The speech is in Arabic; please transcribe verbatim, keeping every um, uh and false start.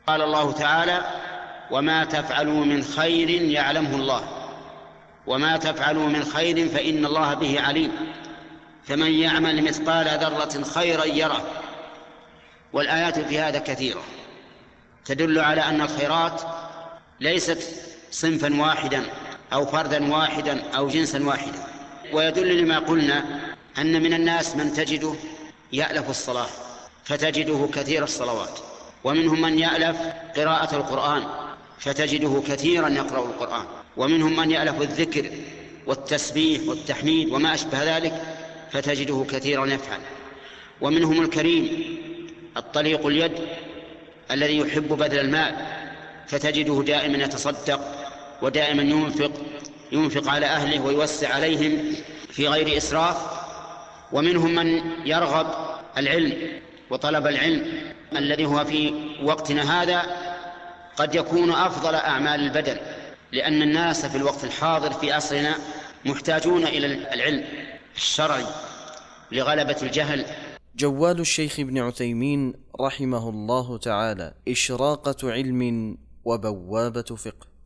قال الله تعالى: وما تفعلوا من خير يعلمه الله، وما تفعلوا من خير فإن الله به عليم، فمن يعمل مثقال ذرة خيرا يره. والآيات في هذا كثيرة تدل على أن الخيرات ليست صنفا واحدا أو فردا واحدا أو جنسا واحدا. ويدل لما قلنا أن من الناس من تجده يألف الصلاة فتجده كثير الصلوات، ومنهم من يألف قراءة القرآن فتجده كثيرا يقرأ القرآن، ومنهم من يألف الذكر والتسبيح والتحميد وما أشبه ذلك فتجده كثيرا يفعل، ومنهم الكريم الطليق اليد الذي يحب بذل المال فتجده دائما يتصدق ودائما ينفق ينفق على أهله ويوسع عليهم في غير إسراف. ومنهم من يرغب العلم وطلب العلم الذي هو في وقتنا هذا قد يكون أفضل أعمال البدن، لأن الناس في الوقت الحاضر في عصرنا محتاجون إلى العلم الشرعي لغلبة الجهل. جوال الشيخ ابن عثيمين رحمه الله تعالى: إشراقة علم وبوابة فقه.